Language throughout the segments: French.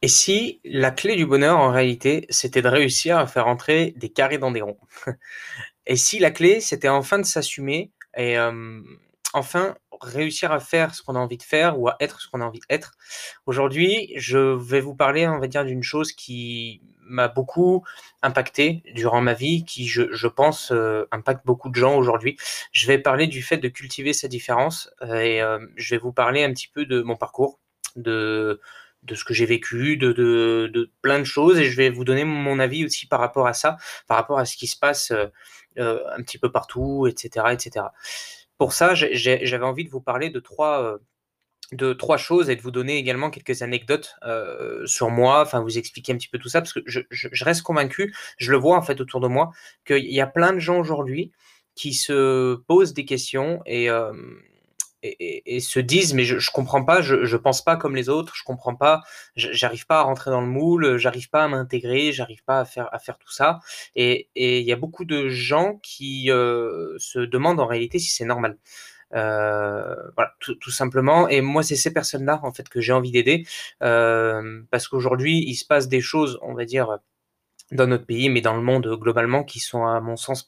Et si la clé du bonheur, en réalité, c'était de réussir à faire entrer des carrés dans des ronds? Et si la clé, c'était enfin de s'assumer et enfin réussir à faire ce qu'on a envie de faire ou à être ce qu'on a envie d'être? Aujourd'hui, je vais vous parler, on va dire, d'une chose qui m'a beaucoup impacté durant ma vie, qui je pense, impacte beaucoup de gens aujourd'hui. Je vais parler du fait de cultiver sa différence, je vais vous parler un petit peu de mon parcours, de de ce que j'ai vécu, de plein de choses, et je vais vous donner mon avis aussi par rapport à ça, par rapport à ce qui se passe, un petit peu partout, et cetera, et cetera. Pour ça, j'avais envie de vous parler de 3 choses et de vous donner également quelques anecdotes, sur moi, enfin vous expliquer un petit peu tout ça parce que je reste convaincu, je le vois en fait autour de moi, qu'il y a plein de gens aujourd'hui qui se posent des questions et se disent: «Mais je comprends pas, je pense pas comme les autres, je comprends pas, j'arrive pas à rentrer dans le moule, j'arrive pas à m'intégrer, j'arrive pas à faire tout ça», et il y a beaucoup de gens qui, se demandent en réalité si c'est normal. Voilà, tout simplement, et moi, c'est ces personnes-là, en fait, que j'ai envie d'aider, parce qu'aujourd'hui, il se passe des choses, on va dire, dans notre pays, mais dans le monde, globalement, qui sont, à mon sens,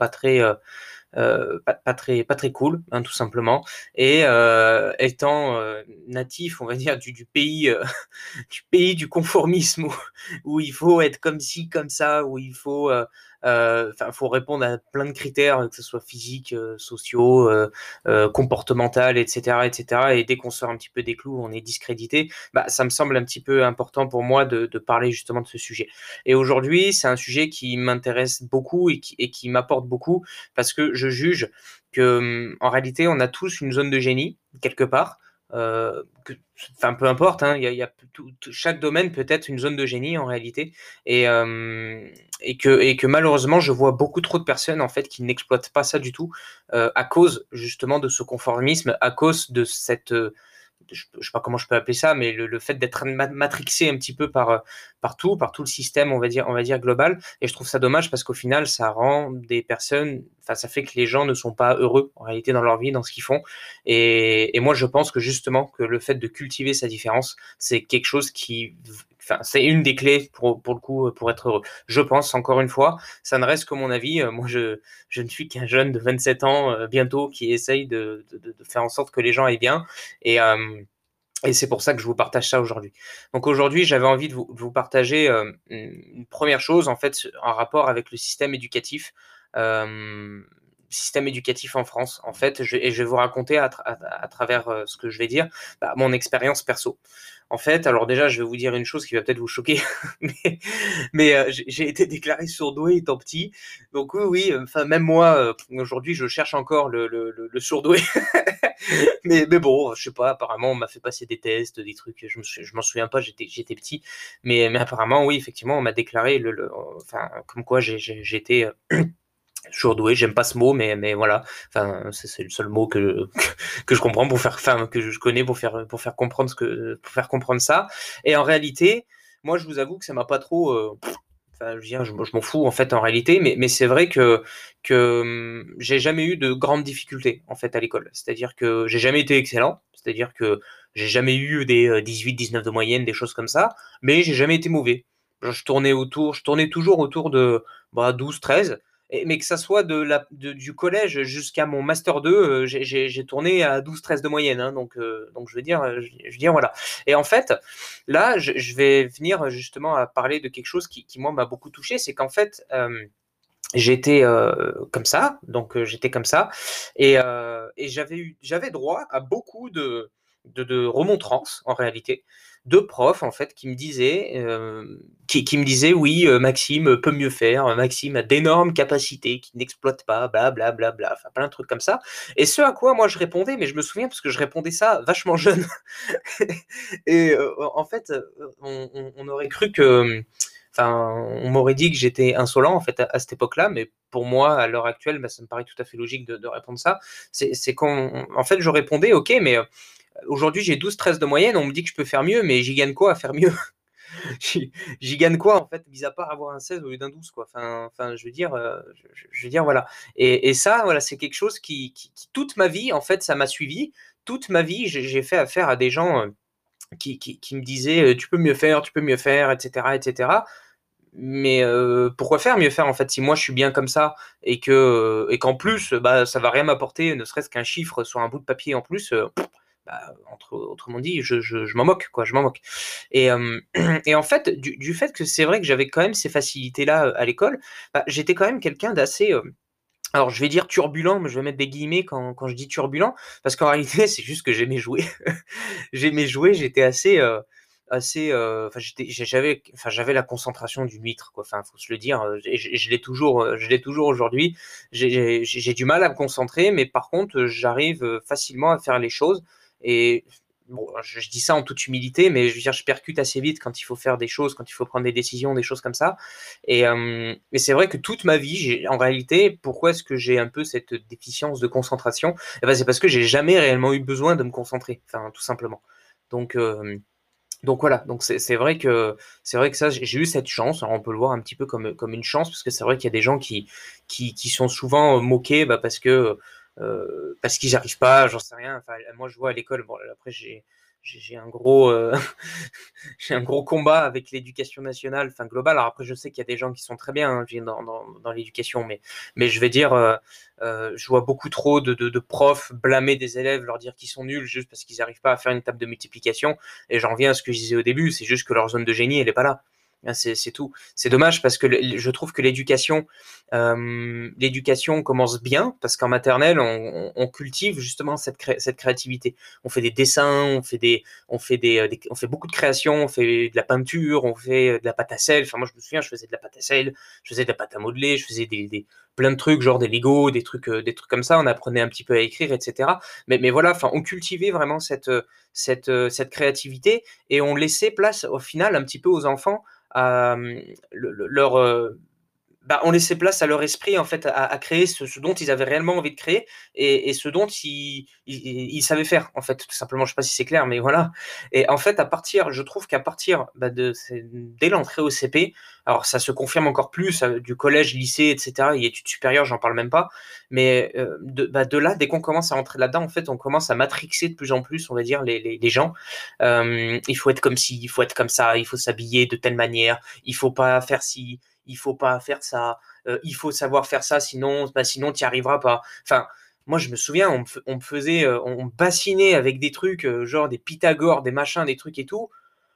pas très cool, hein, tout simplement, et étant, natif, on va dire, du pays, du pays du conformisme où il faut être comme ci, comme ça, où il faut, enfin, faut répondre à plein de critères, que ce soit physiques, sociaux, comportemental, et cetera, et dès qu'on sort un petit peu des clous, on est discrédité. Bah, ça me semble un petit peu important pour moi de parler justement de ce sujet. Et aujourd'hui, c'est un sujet qui m'intéresse beaucoup et qui m'apporte beaucoup parce que je juge que, en réalité, on a tous une zone de génie quelque part, que enfin, peu importe, hein, il y a chaque domaine peut être une zone de génie en réalité, et et que malheureusement, je vois beaucoup trop de personnes, en fait, qui n'exploitent pas ça du tout, à cause justement de ce conformisme, à cause de cette, je sais pas comment je peux appeler ça, mais le fait d'être matrixé un petit peu par tout le système, on va dire global. Et je trouve ça dommage parce qu'au final, ça rend des personnes, enfin, ça fait que les gens ne sont pas heureux en réalité dans leur vie, dans ce qu'ils font. Et moi, je pense que justement, que le fait de cultiver sa différence, c'est quelque chose qui, enfin, c'est une des clés pour le coup, pour être heureux. Je pense, encore une fois, ça ne reste que mon avis. Moi, je ne suis qu'un jeune de 27 ans, bientôt, qui essaye de faire en sorte que les gens aillent bien. Et, c'est pour ça que je vous partage ça aujourd'hui. Donc aujourd'hui, j'avais envie de vous partager, une 1 chose, en fait, en rapport avec le système éducatif en France. En fait, je vais vous raconter à travers, ce que je vais dire, bah, mon expérience perso. En fait, alors déjà, je vais vous dire une chose qui va peut-être vous choquer, mais j'ai été déclaré surdoué étant petit. Donc oui, oui, enfin même moi, aujourd'hui, je cherche encore le surdoué. Mais bon, je sais pas, apparemment, on m'a fait passer des tests, des trucs, je m'en souviens pas, j'étais petit. Mais apparemment, oui, effectivement, on m'a déclaré enfin, comme quoi j'étais, surdoué. J'aime pas ce mot, mais voilà. Enfin, c'est le seul mot que je comprends pour faire, enfin, que je connais pour faire comprendre pour faire comprendre ça. Et en réalité, moi, je vous avoue que ça m'a pas trop, enfin, je veux dire, je m'en fous en fait en réalité, mais c'est vrai que j'ai jamais eu de grandes difficultés en fait à l'école. C'est-à-dire que j'ai jamais été excellent, c'est-à-dire que j'ai jamais eu des 18-19 de moyenne, des choses comme ça, mais j'ai jamais été mauvais. Genre, je tournais toujours autour de, bah, 12-13, mais que ça soit du collège jusqu'à mon master 2, j'ai tourné à 12-13 de moyenne, hein, donc je veux dire, je veux dire, voilà. Et en fait, là, je vais venir justement à parler de quelque chose qui moi, m'a beaucoup touché. C'est qu'en fait, j'étais, comme ça, donc j'étais comme ça, et j'avais droit à beaucoup de remontrances, en réalité, de profs, en fait, qui me disaient, qui me disaient: «Oui, Maxime peut mieux faire, Maxime a d'énormes capacités qu'il n'exploite pas, bla bla bla bla», enfin plein de trucs comme ça, et ce à quoi moi je répondais, mais je me souviens parce que je répondais ça vachement jeune. Et en fait, on aurait cru que, enfin, on m'aurait dit que j'étais insolent en fait à cette époque-là, mais pour moi, à l'heure actuelle, bah, ça me paraît tout à fait logique de répondre ça. C'est quand, en fait, je répondais: «OK, mais aujourd'hui j'ai 12-13 de moyenne, on me dit que je peux faire mieux, mais j'y gagne quoi à faire mieux?» J'y j'y gagne quoi en fait, mis à part avoir un 16 au lieu d'un 12, quoi? Enfin, je veux dire, je veux dire, voilà. Et ça, voilà, c'est quelque chose qui toute ma vie, en fait, ça m'a suivi. Toute ma vie, j'ai fait affaire à des gens, qui me disait, «Tu peux mieux faire» et cetera et cetera. Mais pourquoi faire mieux faire, en fait? Si moi je suis bien comme ça et qu'en plus, bah, ça va rien m'apporter, ne serait-ce qu'un chiffre sur un bout de papier en plus, bah, autrement dit, je m'en moque, quoi, je m'en moque. Et et en fait, du fait que c'est vrai que j'avais quand même ces facilités-là, à l'école, bah, j'étais quand même quelqu'un d'assez, alors je vais dire turbulent, mais je vais mettre des guillemets quand je dis turbulent, parce qu'en réalité, c'est juste que j'aimais jouer. J'aimais jouer, j'étais assez, j'avais la concentration d'une huître, quoi. Enfin, faut se le dire, et je l'ai toujours aujourd'hui. J'ai du mal à me concentrer, mais par contre, j'arrive, facilement à faire les choses. Et bon, je dis ça en toute humilité, mais je veux dire, je percute assez vite quand il faut faire des choses, quand il faut prendre des décisions, des choses comme ça. Et c'est vrai que toute ma vie, en réalité, pourquoi est-ce que j'ai un peu cette déficience de concentration? Eh ben, c'est parce que j'ai jamais réellement eu besoin de me concentrer, enfin, tout simplement. Donc, voilà, donc c'est vrai que ça, j'ai eu cette chance. Alors on peut le voir un petit peu comme une chance, parce que c'est vrai qu'il y a des gens qui sont souvent moqués, bah, parce qu'ils n'y arrivent pas, j'en sais rien. Enfin, moi je vois à l'école, bon, après j'ai un gros j'ai un gros combat avec l'éducation nationale, enfin global. Alors après, je sais qu'il y a des gens qui sont très bien, hein, dans l'éducation, mais je vais dire, je vois beaucoup trop de profs blâmer des élèves, leur dire qu'ils sont nuls juste parce qu'ils n'arrivent pas à faire une table de multiplication. Et j'en reviens à ce que je disais au début, c'est juste que leur zone de génie, elle est pas là. Hein, c'est tout. C'est dommage parce que je trouve que l'éducation commence bien parce qu'en maternelle, on cultive justement cette créativité. On fait des dessins, on fait beaucoup de créations, on fait de la peinture, on fait de la pâte à sel. Enfin, moi, je me souviens, je faisais de la pâte à sel, je faisais de la pâte à modeler, je faisais plein de trucs, genre des Lego, des trucs comme ça. On apprenait un petit peu à écrire, etc. Mais voilà, enfin, on cultivait vraiment cette créativité et on laissait place, au final, un petit peu aux enfants à leur, bah, on laissait place à leur esprit, en fait, à créer ce dont ils avaient réellement envie de créer et ce dont ils savaient faire, en fait, tout simplement. Je sais pas si c'est clair, mais voilà. Et en fait, je trouve qu'à partir, bah, dès l'entrée au CP, alors ça se confirme encore plus, du collège, lycée, etc., et études supérieures, j'en parle même pas, mais de là, dès qu'on commence à entrer là-dedans, en fait, on commence à matrixer de plus en plus, on va dire, les gens. Il faut être comme ci, il faut être comme ça, il faut s'habiller de telle manière, il faut pas faire ci, il faut pas faire ça, il faut savoir faire ça, sinon, bah, sinon tu n'y arriveras pas. Enfin, moi je me souviens, on me faisait, on me bassinait avec des trucs, genre des Pythagore, des machins, des trucs et tout.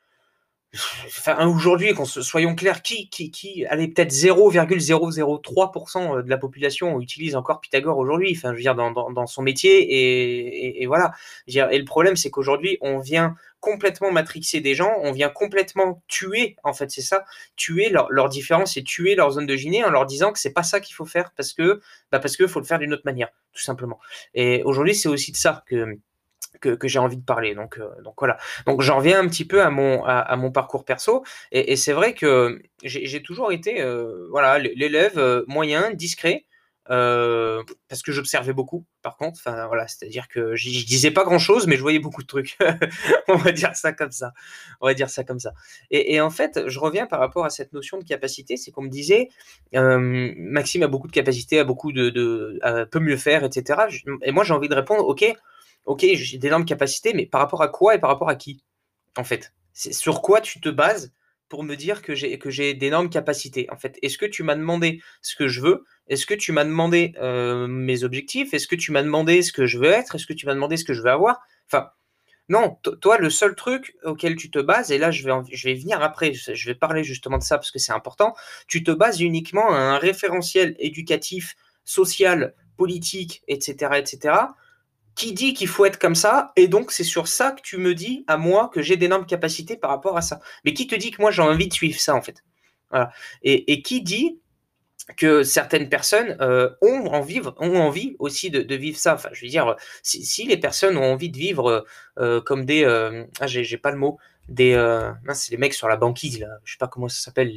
Enfin, aujourd'hui, soyons clairs, allez, peut-être 0,003% de la population utilise encore Pythagore aujourd'hui, enfin, je veux dire, dans son métier, et voilà. Je veux dire, et le problème, c'est qu'aujourd'hui, on vient complètement matrixer des gens, on vient complètement tuer, en fait, c'est ça, tuer leur différence et tuer leur zone de génie en leur disant que c'est pas ça qu'il faut faire parce que faut le faire d'une autre manière, tout simplement. Et aujourd'hui, c'est aussi de ça que j'ai envie de parler. Donc voilà. Donc j'en reviens un petit peu à mon parcours perso. Et c'est vrai que j'ai toujours été, voilà, l'élève moyen, discret, parce que j'observais beaucoup, par contre. Enfin voilà, c'est-à-dire que je disais pas grand-chose, mais je voyais beaucoup de trucs. On va dire ça comme ça. On va dire ça comme ça. Et en fait, je reviens par rapport à cette notion de capacité, c'est qu'on me disait, Maxime a beaucoup de capacité, a beaucoup peut mieux faire, etc. Et moi, j'ai envie de répondre, ok, j'ai d'énormes capacités, mais par rapport à quoi et par rapport à qui, en fait? C'est sur quoi tu te bases pour me dire que j'ai d'énormes capacités, en fait? Est-ce que tu m'as demandé ce que je veux? Est-ce que tu m'as demandé mes objectifs? Est-ce que tu m'as demandé ce que je veux être? Est-ce que tu m'as demandé ce que je veux avoir? Enfin, non, toi, le seul truc auquel tu te bases, et là, je vais venir après, je vais parler justement de ça parce que c'est important. Tu te bases uniquement à un référentiel éducatif, social, politique, etc., etc., qui dit qu'il faut être comme ça, et donc c'est sur ça que tu me dis à moi que j'ai d'énormes capacités par rapport à ça. Mais qui te dit que moi j'ai envie de suivre ça, en fait? Voilà. Et qui dit que certaines personnes ont envie aussi de vivre ça? Enfin, je veux dire, si les personnes ont envie de vivre comme j'ai pas le mot, mince, c'est les mecs sur la banquise là, je sais pas comment ça s'appelle,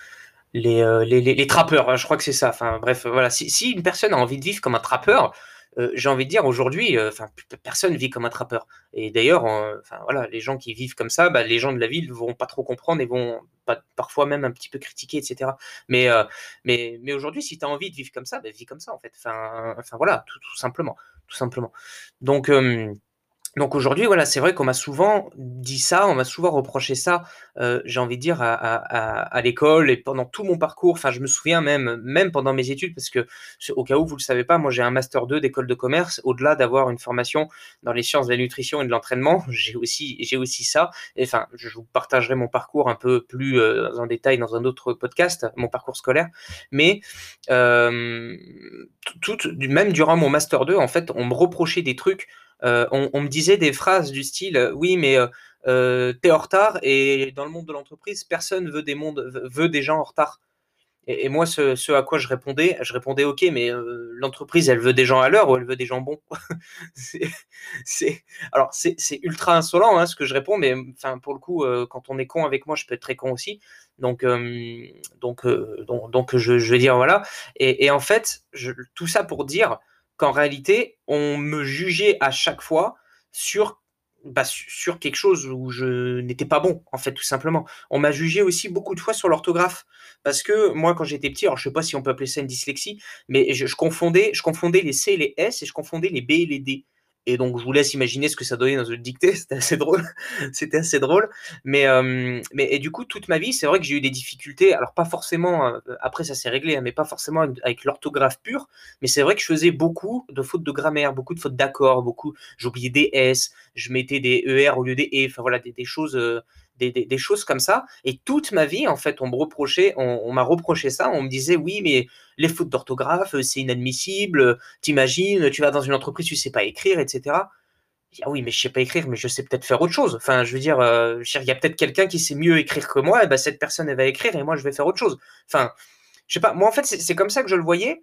les trappeurs, hein, je crois que c'est ça. Enfin bref, voilà. Si une personne a envie de vivre comme un trappeur, j'ai envie de dire aujourd'hui, enfin personne vit comme un trappeur. Et d'ailleurs, enfin voilà, les gens qui vivent comme ça, bah, les gens de la ville vont pas trop comprendre et vont parfois même un petit peu critiquer, etc. Mais mais aujourd'hui, si tu as envie de vivre comme ça, bah, vis comme ça, en fait. Enfin voilà, tout simplement, tout simplement. Donc Donc aujourd'hui, voilà, c'est vrai qu'on m'a souvent dit ça, on m'a souvent reproché ça, j'ai envie de dire à l'école et pendant tout mon parcours. Enfin, je me souviens même pendant mes études parce que au cas où vous le savez pas, moi j'ai un master 2 d'école de commerce. Au-delà d'avoir une formation dans les sciences de la nutrition et de l'entraînement, j'ai aussi ça. Et enfin, je vous partagerai mon parcours un peu plus, en détail dans un autre podcast, mon parcours scolaire. Mais, hem, même durant mon master 2, en fait, on me reprochait des trucs. On me disait des phrases du style, oui, mais t'es en retard et dans le monde de l'entreprise, personne veut des gens en retard. Et moi, ce à quoi je répondais, ok, mais l'entreprise, elle veut des gens à l'heure ou elle veut des gens bons. c'est, alors c'est ultra insolent, hein, ce que je réponds, mais enfin pour le coup, quand on est con avec moi, je peux être très con aussi. Donc je vais dire voilà. Et en fait, tout ça pour dire qu'en réalité, on me jugeait à chaque fois sur sur quelque chose où je n'étais pas bon, en fait, tout simplement. On m'a jugé aussi beaucoup de fois sur l'orthographe. Parce que moi, quand j'étais petit, alors je sais pas si on peut appeler ça une dyslexie, mais je confondais les C et les S et je confondais les B et les D. Et donc, je vous laisse imaginer ce que ça donnait dans une dictée. C'était assez drôle. C'était assez drôle. Et du coup, toute ma vie, c'est vrai que j'ai eu des difficultés. Alors, pas forcément, après, ça s'est réglé, hein, mais pas forcément avec l'orthographe pure. Mais c'est vrai que je faisais beaucoup de fautes de grammaire, beaucoup de fautes d'accords, j'oubliais des S, je mettais des ER au lieu des E. Enfin, voilà, des choses. Des choses comme ça. Et toute ma vie, en fait, on m'a reproché ça. On me disait, oui, mais les fautes d'orthographe, c'est inadmissible. T'imagines, tu vas dans une entreprise, tu sais pas écrire, etc. Je dis, ah oui, mais je sais pas écrire, mais je sais peut-être faire autre chose. Enfin, je veux dire, il y a peut-être quelqu'un qui sait mieux écrire que moi, et ben cette personne, elle va écrire et moi, je vais faire autre chose. Enfin, je sais pas. Moi, en fait, c'est comme ça que je le voyais.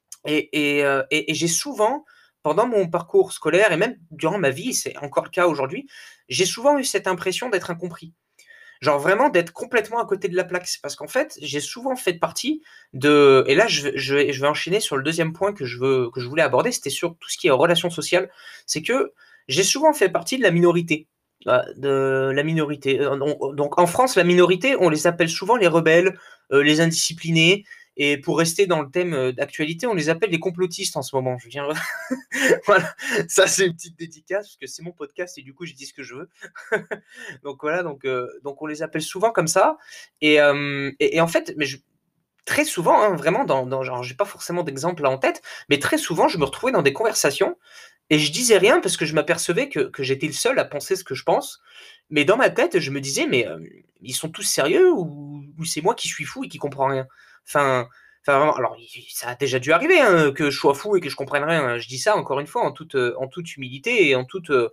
Et j'ai souvent, pendant mon parcours scolaire et même durant ma vie, c'est encore le cas aujourd'hui, j'ai souvent eu cette impression d'être incompris. Genre vraiment d'être complètement à côté de la plaque. C'est parce qu'en fait, j'ai souvent fait partie de. Et là, je vais enchaîner sur le deuxième point que je voulais aborder, c'était sur tout ce qui est relations sociales. C'est que j'ai souvent fait partie de la minorité. De la minorité. Donc en France, la minorité, on les appelle souvent les rebelles, les indisciplinés. Et pour rester dans le thème d'actualité, on les appelle les complotistes en ce moment. Je viens. Voilà, ça c'est une petite dédicace parce que c'est mon podcast et du coup je dis ce que je veux. Donc voilà, donc on les appelle souvent comme ça. Et en fait, très souvent, hein, vraiment, genre, j'ai pas forcément d'exemple là en tête, mais très souvent, je me retrouvais dans des conversations et je disais rien parce que je m'apercevais que j'étais le seul à penser ce que je pense. Mais dans ma tête, je me disais, mais ils sont tous sérieux ou c'est moi qui suis fou et qui comprends rien. Enfin, enfin vraiment, alors ça a déjà dû arriver hein, que je sois fou et que je comprenne rien, hein. Je dis ça encore une fois en toute humilité et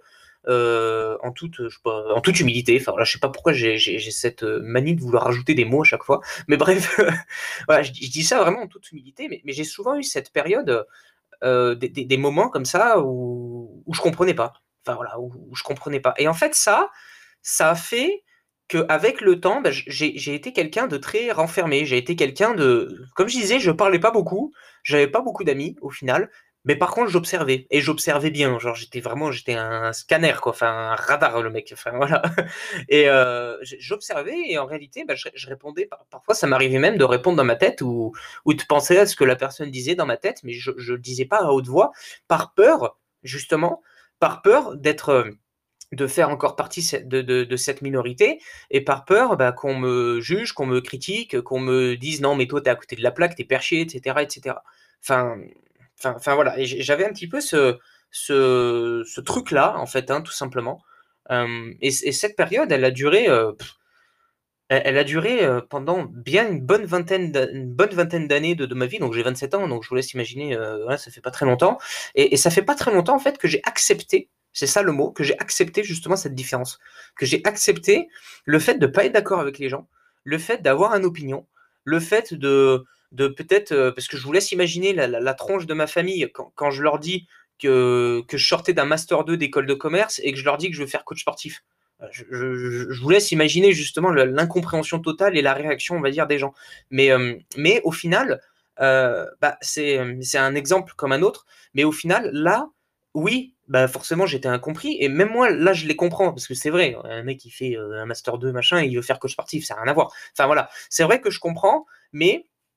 je sais pas, en toute humilité. Enfin voilà, je sais pas pourquoi j'ai cette manie de vouloir rajouter des mots à chaque fois. Mais bref, voilà, je dis ça vraiment en toute humilité. Mais j'ai souvent eu cette période, des moments comme ça où je comprenais pas. Enfin voilà, où je comprenais pas. Et en fait, ça a fait qu'avec le temps, bah, j'ai été quelqu'un de très renfermé. J'ai été quelqu'un de, comme je disais, je parlais pas beaucoup. J'avais pas beaucoup d'amis au final. Mais par contre, j'observais et j'observais bien. Genre, j'étais un scanner quoi, enfin un radar le mec. Enfin voilà. Et j'observais et en réalité, bah, je répondais. Parfois, ça m'arrivait même de répondre dans ma tête ou de penser à ce que la personne disait dans ma tête, mais je le disais pas à haute voix par peur justement, par peur de faire encore partie de cette minorité et par peur bah, qu'on me juge, qu'on me critique, qu'on me dise non mais toi t'es à côté de la plaque, t'es perché, etc. etc. Enfin, enfin voilà, et j'avais un petit peu ce truc-là en fait, hein, tout simplement. Et cette période, elle a duré pendant bien une bonne vingtaine d'années de ma vie, donc j'ai 27 ans, donc je vous laisse imaginer, voilà, ça fait pas très longtemps. Et ça fait pas très longtemps en fait que j'ai accepté, c'est ça le mot, que j'ai accepté justement cette différence, que j'ai accepté le fait de pas être d'accord avec les gens, le fait d'avoir une opinion, le fait de peut-être, parce que je vous laisse imaginer la tronche de ma famille quand je leur dis que je sortais d'un master 2 d'école de commerce et que je leur dis que je veux faire coach sportif. Je vous laisse imaginer justement l'incompréhension totale et la réaction, on va dire, des gens. Mais au final, bah, c'est un exemple comme un autre. Mais au final, là, oui, bah forcément, j'étais incompris. Et même moi, là, je les comprends. Parce que c'est vrai, un mec qui fait un Master 2, machin, il veut faire coach sportif, ça n'a rien à voir. Enfin voilà, c'est vrai que je comprends, mais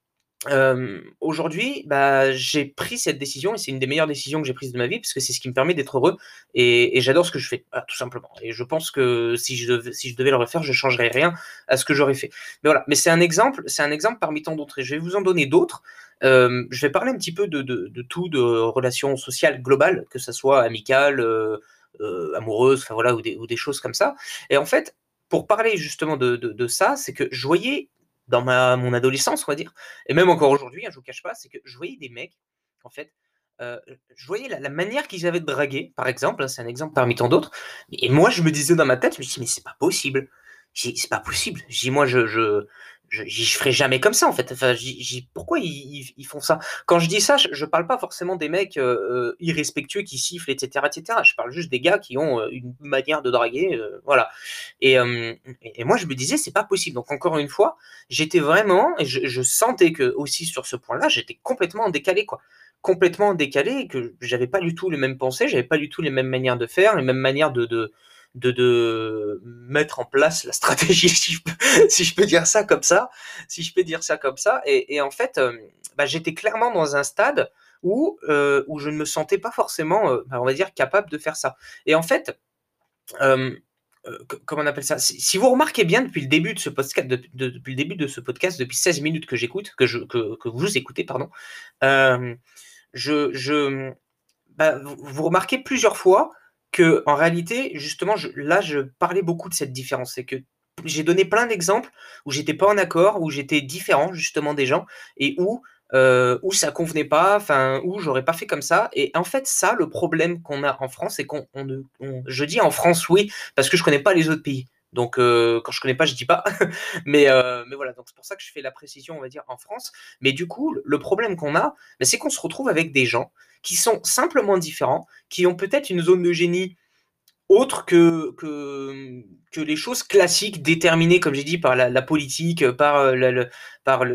Aujourd'hui, bah, j'ai pris cette décision et c'est une des meilleures décisions que j'ai prises de ma vie parce que c'est ce qui me permet d'être heureux et j'adore ce que je fais, voilà, tout simplement et je pense que si je devais le refaire, je changerais rien à ce que j'aurais fait. Mais voilà, mais c'est un exemple parmi tant d'autres et je vais vous en donner d'autres. Je vais parler un petit peu de tout, de relations sociales globales, que ça soit amicales, amoureuses, enfin voilà, ou des choses comme ça et en fait, pour parler justement de ça, c'est que je voyais dans mon adolescence, on va dire, et même encore aujourd'hui, hein, je vous cache pas, c'est que je voyais des mecs, en fait, je voyais la manière qu'ils avaient de draguer, par exemple, hein, c'est un exemple parmi tant d'autres, et moi je me disais dans ma tête, je me dis: «Mais c'est pas possible». J'ai dit: «C'est pas possible». Je dis: «Moi je ferai jamais comme ça en fait». Enfin, pourquoi ils font ça? Quand je dis ça, je parle pas forcément des mecs, irrespectueux qui sifflent et cetera et cetera. Je parle juste des gars qui ont, une manière de draguer, voilà et moi je me disais: «C'est pas possible». Donc encore une fois, j'étais vraiment et je sentais que aussi sur ce point-là, j'étais complètement décalé, quoi. Complètement décalé et que j'avais pas du tout les mêmes pensées, j'avais pas du tout les mêmes manières de faire, les mêmes manières de mettre en place la stratégie, si je peux dire ça comme ça, si je peux dire ça comme ça. Et en fait, bah, j'étais clairement dans un stade où je ne me sentais pas forcément, bah, on va dire, capable de faire ça. Et en fait, euh, comment on appelle ça? Si vous remarquez bien depuis le début de ce podcast, depuis le début de ce podcast, depuis 16 minutes que j'écoute, que vous écoutez, pardon, euh, je bah, vous remarquez plusieurs fois que en réalité, justement, là, je parlais beaucoup de cette différence. C'est que j'ai donné plein d'exemples où j'étais pas en accord, où j'étais différent justement des gens et où ça convenait pas, enfin, où j'aurais pas fait comme ça. Et en fait, ça, le problème qu'on a en France, c'est je dis en France, oui, parce que je connais pas les autres pays. Donc, quand je connais pas, je dis pas. Mais voilà, donc c'est pour ça que je fais la précision, on va dire, en France. Mais du coup, le problème qu'on a, bah, c'est qu'on se retrouve avec des gens qui sont simplement différents, qui ont peut-être une zone de génie autre que les choses classiques déterminées, comme j'ai dit, par la politique, par, par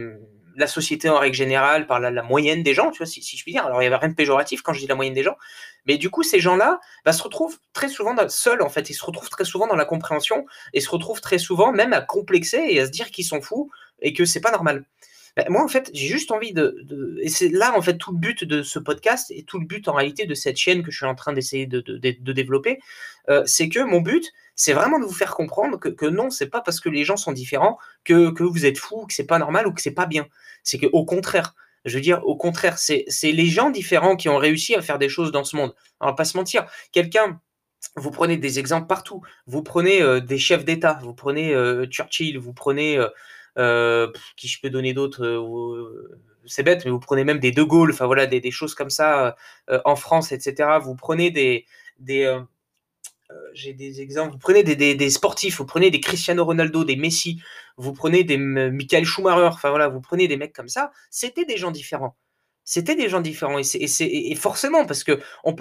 la société en règle générale, par la moyenne des gens, tu vois, si je puis dire. Alors, il n'y avait rien de péjoratif quand je dis la moyenne des gens. Mais du coup, ces gens-là bah, se retrouvent très souvent seuls, en fait. Ils se retrouvent très souvent dans la compréhension et se retrouvent très souvent même à complexer et à se dire qu'ils sont fous et que c'est pas normal. Bah, moi, en fait, j'ai juste envie et c'est là, en fait, tout le but de ce podcast et tout le but, en réalité, de cette chaîne que je suis en train d'essayer de développer, c'est que mon but, c'est vraiment de vous faire comprendre que non, c'est pas parce que les gens sont différents que vous êtes fous, que c'est pas normal ou que c'est pas bien. C'est qu'au contraire, je veux dire, au contraire, c'est les gens différents qui ont réussi à faire des choses dans ce monde. On va pas se mentir. Vous prenez des exemples partout. Vous prenez des chefs d'État, vous prenez Churchill, vous prenez qui je peux donner d'autres c'est bête, mais vous prenez même des De Gaulle, enfin voilà, des choses comme ça en France, etc. Vous prenez des j'ai des exemples, vous prenez des sportifs, vous prenez des Cristiano Ronaldo, des Messi, vous prenez des Michael Schumacher, enfin voilà, vous prenez des mecs comme ça, c'était des gens différents. C'était des gens différents et forcément parce que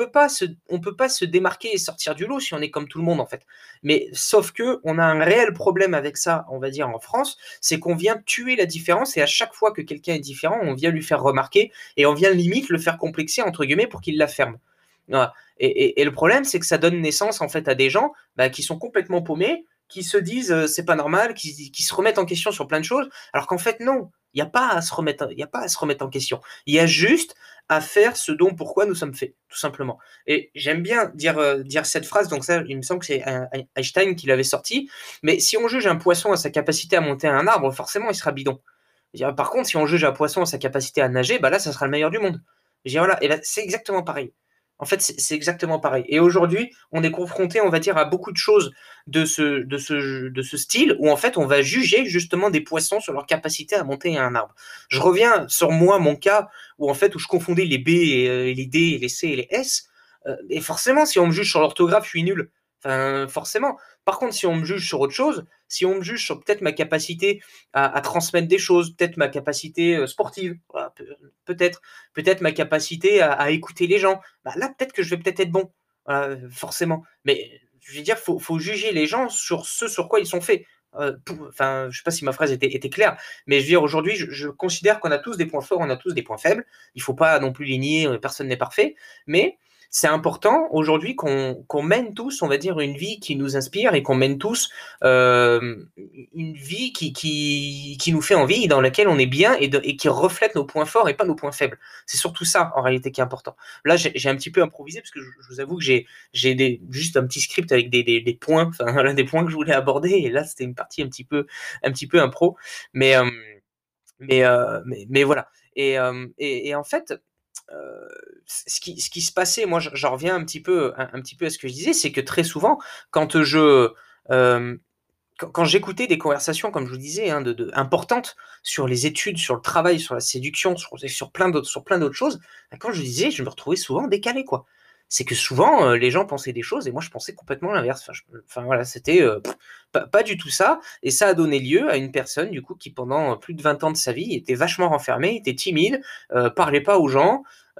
on peut pas se démarquer et sortir du lot si on est comme tout le monde en fait. Mais sauf que on a un réel problème avec ça, on va dire en France, c'est qu'on vient tuer la différence et à chaque fois que quelqu'un est différent, on vient lui faire remarquer et on vient limite le faire complexer entre guillemets pour qu'il la ferme. Voilà. Et le problème, c'est que ça donne naissance en fait à des gens bah, qui sont complètement paumés, qui se disent c'est pas normal, qui se remettent en question sur plein de choses, alors qu'en fait non, il n'y a pas à se remettre, il y a pas à se remettre en question. Il y a juste à faire ce dont pourquoi nous sommes faits, tout simplement. Et j'aime bien dire cette phrase, donc ça, il me semble que c'est Einstein qui l'avait sorti. Mais si on juge un poisson à sa capacité à monter à un arbre, forcément, il sera bidon. Par contre, si on juge un poisson à sa capacité à nager, bah là, ça sera le meilleur du monde. Voilà, et ben, c'est exactement pareil. En fait, c'est exactement pareil. Et aujourd'hui, on est confronté, on va dire, à beaucoup de choses de ce style où en fait, on va juger justement des poissons sur leur capacité à monter à un arbre. Je reviens sur moi, mon cas, où en fait, où je confondais les B et les D et les C et les S. Et forcément, si on me juge sur l'orthographe, je suis nul. Enfin, forcément. Par contre, si on me juge sur autre chose, si on me juge sur peut-être ma capacité à transmettre des choses, peut-être ma capacité sportive, voilà, peut-être, peut-être ma capacité à écouter les gens, bah là, peut-être que je vais peut-être être bon, forcément. Mais je veux dire, faut juger les gens sur ce sur quoi ils sont faits. Enfin, je sais pas si ma phrase était claire, mais je veux dire, aujourd'hui, je considère qu'on a tous des points forts, on a tous des points faibles. Il faut pas non plus les nier, personne n'est parfait. Mais c'est important aujourd'hui qu'on mène tous, on va dire, une vie qui nous inspire et qu'on mène tous une vie qui nous fait envie, dans laquelle on est bien et qui reflète nos points forts et pas nos points faibles. C'est surtout ça, en réalité, qui est important. Là, j'ai un petit peu improvisé parce que je vous avoue que j'ai juste un petit script avec des points, enfin, voilà, des points que je voulais aborder. Et là, c'était une partie un petit peu impro. Mais, mais voilà. Et en fait, ce qui se passait, moi, j'en reviens un petit peu à ce que je disais, c'est que très souvent, quand euh, quand j'écoutais des conversations, comme je vous disais, hein, importantes sur les études, sur le travail, sur la séduction, sur plein d'autres choses, bah, quand je disais, je me retrouvais souvent décalé, quoi. C'est que souvent, les gens pensaient des choses et moi, je pensais complètement l'inverse. Enfin, voilà, c'était pas du tout ça. Et ça a donné lieu à une personne, du coup, qui pendant plus de 20 ans de sa vie était vachement renfermée, était timide, parlait pas aux gens.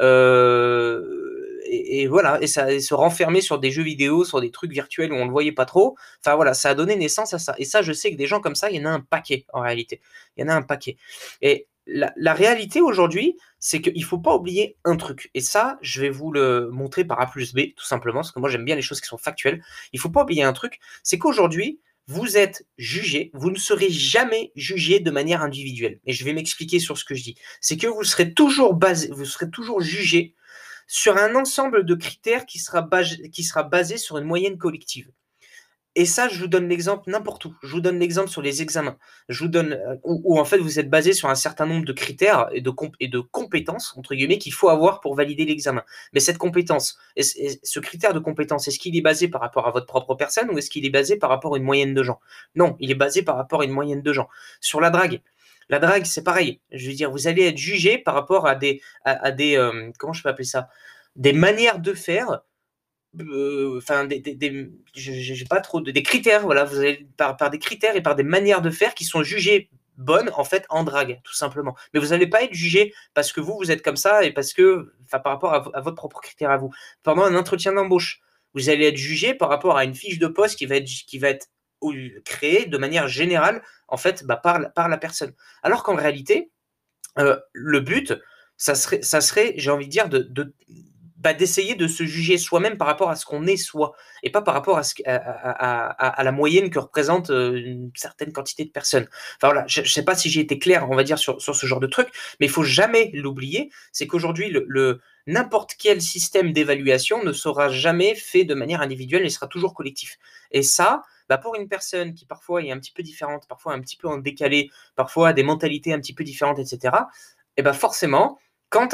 Et voilà, et se renfermer sur des jeux vidéo, sur des trucs virtuels où on le voyait pas trop. Enfin voilà, ça a donné naissance à ça. Et ça, je sais que des gens comme ça, il y en a un paquet en réalité. Il y en a un paquet. Et la réalité aujourd'hui, c'est qu'il ne faut pas oublier un truc. Et ça, je vais vous le montrer par A plus B, tout simplement, parce que moi j'aime bien les choses qui sont factuelles. Il ne faut pas oublier un truc, c'est qu'aujourd'hui, vous êtes jugé, vous ne serez jamais jugé de manière individuelle. Et je vais m'expliquer sur ce que je dis. C'est que vous serez toujours jugé sur un ensemble de critères qui sera basé sur une moyenne collective. Et ça, je vous donne l'exemple n'importe où. Je vous donne l'exemple sur les examens. Je vous donne où en fait vous êtes basé sur un certain nombre de critères et de compétences entre guillemets qu'il faut avoir pour valider l'examen. Mais cette compétence, ce critère de compétence, est-ce qu'il est basé par rapport à votre propre personne ou est-ce qu'il est basé par rapport à une moyenne de gens? Non, il est basé par rapport à une moyenne de gens. Sur la drague, c'est pareil. Je veux dire, vous allez être jugé par rapport à des comment je peux appeler ça? Des manières de faire, enfin j'ai pas trop des critères, voilà, vous avez par des critères et par des manières de faire qui sont jugées bonnes en fait en drague, tout simplement. Mais vous n'allez pas être jugé parce que vous êtes comme ça et parce que, enfin, par rapport à votre propre critère à vous. Pendant un entretien d'embauche, vous allez être jugé par rapport à une fiche de poste qui va être créée de manière générale en fait par la personne. Alors qu'en réalité, le but, ça serait, j'ai envie de dire, d'essayer de se juger soi-même par rapport à ce qu'on est soi, et pas par rapport à la moyenne que représente une certaine quantité de personnes. Enfin voilà, je ne sais pas si j'ai été clair, on va dire, sur ce genre de truc, mais il faut jamais l'oublier, c'est qu'aujourd'hui, n'importe quel système d'évaluation ne sera jamais fait de manière individuelle, il sera toujours collectif. Et ça, bah pour une personne qui parfois est un petit peu différente, parfois un petit peu en décalé, parfois a des mentalités un petit peu différentes, etc., et bah forcément, quand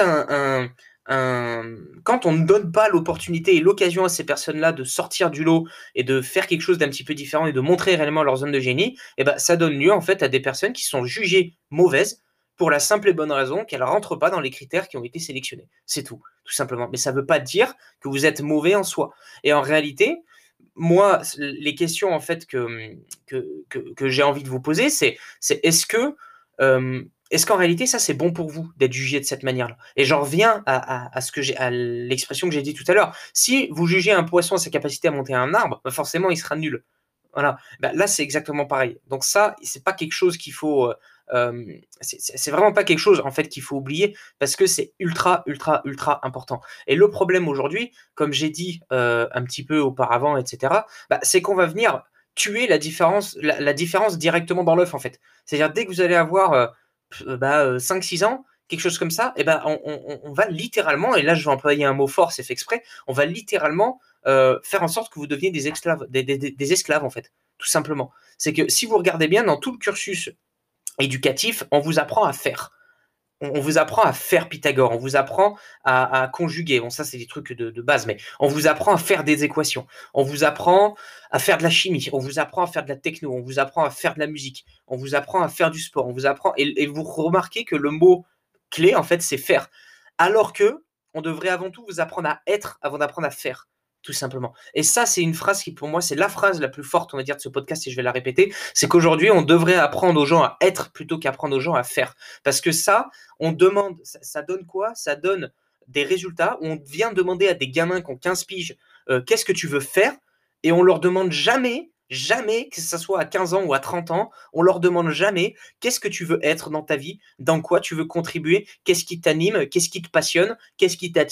quand on ne donne pas l'opportunité et l'occasion à ces personnes-là de sortir du lot et de faire quelque chose d'un petit peu différent et de montrer réellement leur zone de génie, et ben ça donne lieu en fait à des personnes qui sont jugées mauvaises pour la simple et bonne raison qu'elles ne rentrent pas dans les critères qui ont été sélectionnés. C'est tout simplement. Mais ça ne veut pas dire que vous êtes mauvais en soi. Et en réalité, moi, les questions en fait que j'ai envie de vous poser, c'est est-ce qu'en réalité ça c'est bon pour vous d'être jugé de cette manière-là? Et j'en reviens à l'expression que j'ai dit tout à l'heure. Si vous jugez un poisson à sa capacité à monter un arbre, bah forcément il sera nul. Voilà. Bah, là c'est exactement pareil. Donc ça, c'est pas quelque chose qu'il faut. C'est vraiment pas quelque chose en fait qu'il faut oublier parce que c'est ultra important. Et le problème aujourd'hui, comme j'ai dit un petit peu auparavant, etc., bah, c'est qu'on va venir tuer la différence directement dans l'œuf en fait. C'est-à-dire dès que vous allez avoir 5-6 ans, quelque chose comme ça, et ben on va littéralement, et là je vais employer un mot fort, c'est fait exprès, on va littéralement faire en sorte que vous deveniez des esclaves, des esclaves en fait, tout simplement. C'est que si vous regardez bien dans tout le cursus éducatif, on vous apprend à faire. On vous apprend à faire Pythagore, on vous apprend à conjuguer. Bon, ça, c'est des trucs de base, mais on vous apprend à faire des équations. On vous apprend à faire de la chimie. On vous apprend à faire de la techno. On vous apprend à faire de la musique. On vous apprend à faire du sport. On vous apprend. Et vous remarquez que le mot clé, en fait, c'est faire. Alors que on devrait avant tout vous apprendre à être avant d'apprendre à faire, tout simplement. Et ça, c'est une phrase qui, pour moi, c'est la phrase la plus forte, on va dire, de ce podcast, et je vais la répéter, c'est qu'aujourd'hui, on devrait apprendre aux gens à être plutôt qu'apprendre aux gens à faire. Parce que ça, on demande, ça donne quoi? Ça donne des résultats où on vient demander à des gamins qui ont 15 piges, qu'est-ce que tu veux faire? Et on leur demande jamais, que ce soit à 15 ans ou à 30 ans, on leur demande jamais qu'est-ce que tu veux être dans ta vie, dans quoi tu veux contribuer, qu'est-ce qui t'anime, qu'est-ce qui te passionne, qu'est-ce qui t'attire,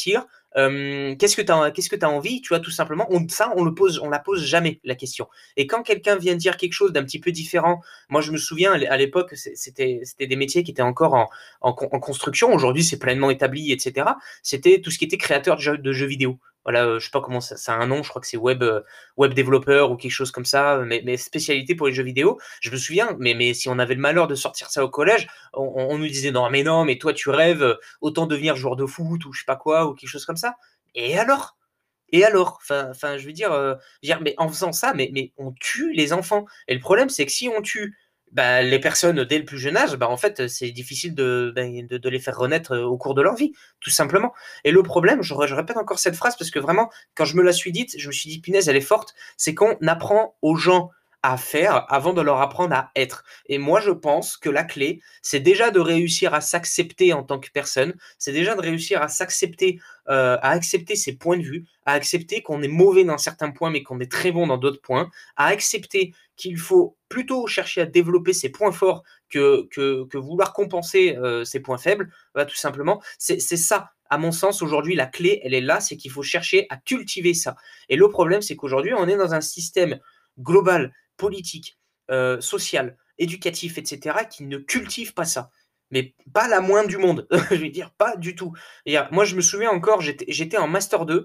Qu'est-ce que tu as envie, tu vois, tout simplement. On la pose jamais, la question. Et quand quelqu'un vient dire quelque chose d'un petit peu différent, moi, je me souviens, à l'époque, c'était des métiers qui étaient encore en construction. Aujourd'hui, c'est pleinement établi, etc. C'était tout ce qui était créateur de jeux vidéo. Voilà, je sais pas comment ça a un nom, je crois que c'est web développeur ou quelque chose comme ça, mais spécialité pour les jeux vidéo. Je me souviens, mais si on avait le malheur de sortir ça au collège, on nous disait non, mais toi tu rêves, autant devenir joueur de foot ou je sais pas quoi, ou quelque chose comme ça. Et alors? Et alors? Enfin, je veux dire, mais en faisant ça, mais on tue les enfants. Et le problème, c'est que si on tue bah, les personnes dès le plus jeune âge, bah, en fait, c'est difficile de les faire renaître au cours de leur vie, tout simplement. Et le problème, je répète encore cette phrase parce que vraiment, quand je me la suis dite, je me suis dit, punaise, elle est forte, c'est qu'on apprend aux gens à faire avant de leur apprendre à être. Et moi, je pense que la clé, c'est déjà de réussir à s'accepter en tant que personne, c'est déjà de réussir à s'accepter, à accepter ses points de vue, à accepter qu'on est mauvais dans certains points, mais qu'on est très bon dans d'autres points, à accepter qu'il faut plutôt chercher à développer ses points forts que vouloir compenser ses points faibles, voilà, tout simplement. C'est ça, à mon sens, aujourd'hui, la clé, elle est là, c'est qu'il faut chercher à cultiver ça. Et le problème, c'est qu'aujourd'hui, on est dans un système global, politique, social, éducatif, etc., qui ne cultive pas ça. Mais pas la moindre du monde. Je veux dire, pas du tout. Et, moi, je me souviens encore, j'étais en Master 2.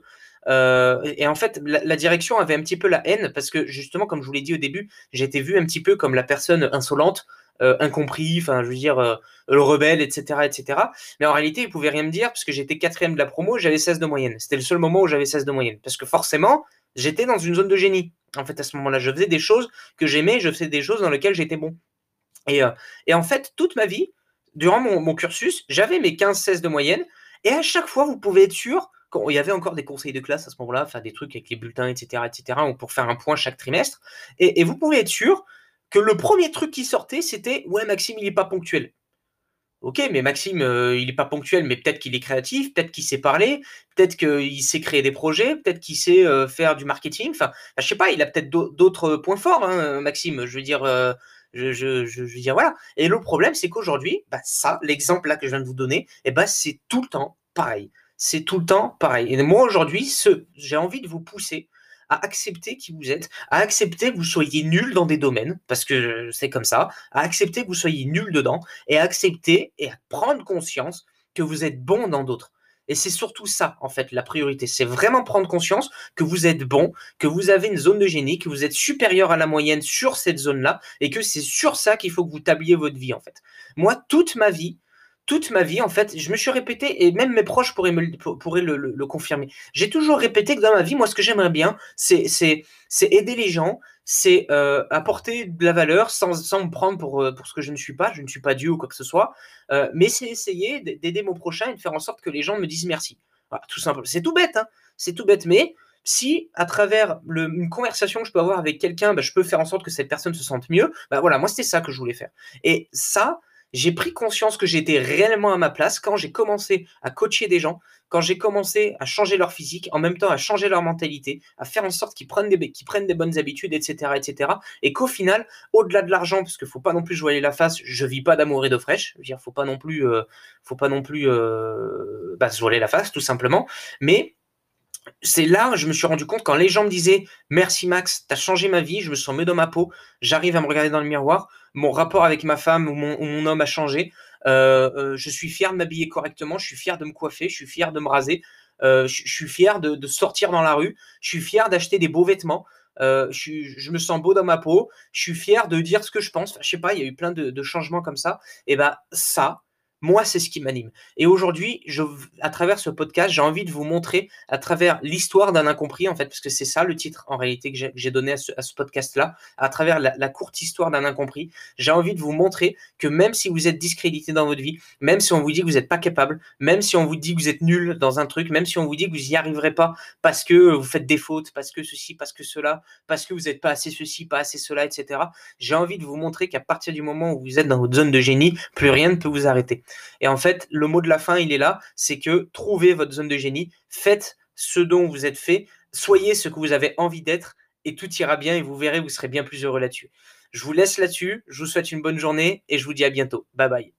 Et en fait, la direction avait un petit peu la haine parce que justement, comme je vous l'ai dit au début, j'étais vu un petit peu comme la personne insolente, incompris, enfin, je veux dire, le rebelle, etc., etc. Mais en réalité, ils pouvaient rien me dire parce que j'étais quatrième de la promo, j'avais 16 de moyenne. C'était le seul moment où j'avais 16 de moyenne parce que forcément, j'étais dans une zone de génie. En fait, à ce moment-là, je faisais des choses que j'aimais, je faisais des choses dans lesquelles j'étais bon. Et, euh, et en fait, toute ma vie, durant mon cursus, j'avais mes 15-16 de moyenne. Et à chaque fois, vous pouvez être sûr, quand il y avait encore des conseils de classe à ce moment-là, enfin des trucs avec les bulletins, etc., etc., pour faire un point chaque trimestre. Et vous pouvez être sûr que le premier truc qui sortait, c'était ouais, Maxime, il n'est pas ponctuel. Ok, mais Maxime, il n'est pas ponctuel, mais peut-être qu'il est créatif, peut-être qu'il sait parler, peut-être qu'il sait créer des projets, peut-être qu'il sait faire du marketing. Enfin, je sais pas, il a peut-être d'autres points forts, hein, Maxime. Je veux dire, je veux dire, voilà. Et le problème, c'est qu'aujourd'hui, bah, ça, l'exemple là que je viens de vous donner, eh ben, c'est tout le temps pareil. C'est tout le temps pareil. Et moi, aujourd'hui, j'ai envie de vous pousser à accepter qui vous êtes, à accepter que vous soyez nul dans des domaines, parce que c'est comme ça, à accepter que vous soyez nul dedans, et à accepter et à prendre conscience que vous êtes bon dans d'autres. Et c'est surtout ça, en fait, la priorité. C'est vraiment prendre conscience que vous êtes bon, que vous avez une zone de génie, que vous êtes supérieur à la moyenne sur cette zone-là, et que c'est sur ça qu'il faut que vous tabliez votre vie, en fait. Moi, toute ma vie, en fait, je me suis répété, et même mes proches pourraient le confirmer. J'ai toujours répété que dans ma vie, moi, ce que j'aimerais bien, c'est aider les gens, c'est apporter de la valeur sans me prendre pour ce que je ne suis pas. Je ne suis pas Dieu ou quoi que ce soit. Mais c'est essayer d'aider mon prochain et de faire en sorte que les gens me disent merci. Voilà, tout simple. C'est tout bête, hein. C'est tout bête. Mais si à travers une conversation que je peux avoir avec quelqu'un, bah, je peux faire en sorte que cette personne se sente mieux, bah voilà, moi c'était ça que je voulais faire. Et ça, j'ai pris conscience que j'étais réellement à ma place quand j'ai commencé à coacher des gens, quand j'ai commencé à changer leur physique, en même temps à changer leur mentalité, à faire en sorte qu'ils prennent des bonnes habitudes, etc., etc. Et qu'au final, au-delà de l'argent, parce qu'il faut pas non plus jouer la face, je vis pas d'amour et d'eau fraîche. Je veux dire, faut pas non plus bah, se voiler la face, tout simplement. Mais c'est là que je me suis rendu compte quand les gens me disaient merci Max, t'as changé ma vie, je me sens mieux dans ma peau, j'arrive à me regarder dans le miroir, mon rapport avec ma femme ou mon homme a changé, je suis fier de m'habiller correctement, je suis fier de me coiffer, je suis fier de me raser, je suis fier de sortir dans la rue, je suis fier d'acheter des beaux vêtements, je me sens beau dans ma peau, je suis fier de dire ce que je pense. Enfin, je sais pas, il y a eu plein de changements comme ça. Et ben ça, moi, c'est ce qui m'anime. Et aujourd'hui, à travers ce podcast, j'ai envie de vous montrer à travers l'histoire d'un incompris, en fait, parce que c'est ça le titre en réalité que j'ai donné à ce podcast-là, à travers la courte histoire d'un incompris. J'ai envie de vous montrer que même si vous êtes discrédité dans votre vie, même si on vous dit que vous n'êtes pas capable, même si on vous dit que vous êtes nul dans un truc, même si on vous dit que vous n'y arriverez pas parce que vous faites des fautes, parce que ceci, parce que cela, parce que vous n'êtes pas assez ceci, pas assez cela, etc. J'ai envie de vous montrer qu'à partir du moment où vous êtes dans votre zone de génie, plus rien ne peut vous arrêter. Et en fait, le mot de la fin, il est là, c'est que trouvez votre zone de génie, faites ce dont vous êtes fait, soyez ce que vous avez envie d'être, et tout ira bien, et vous verrez, vous serez bien plus heureux là-dessus. Je vous laisse là-dessus, je vous souhaite une bonne journée, et je vous dis à bientôt. Bye bye.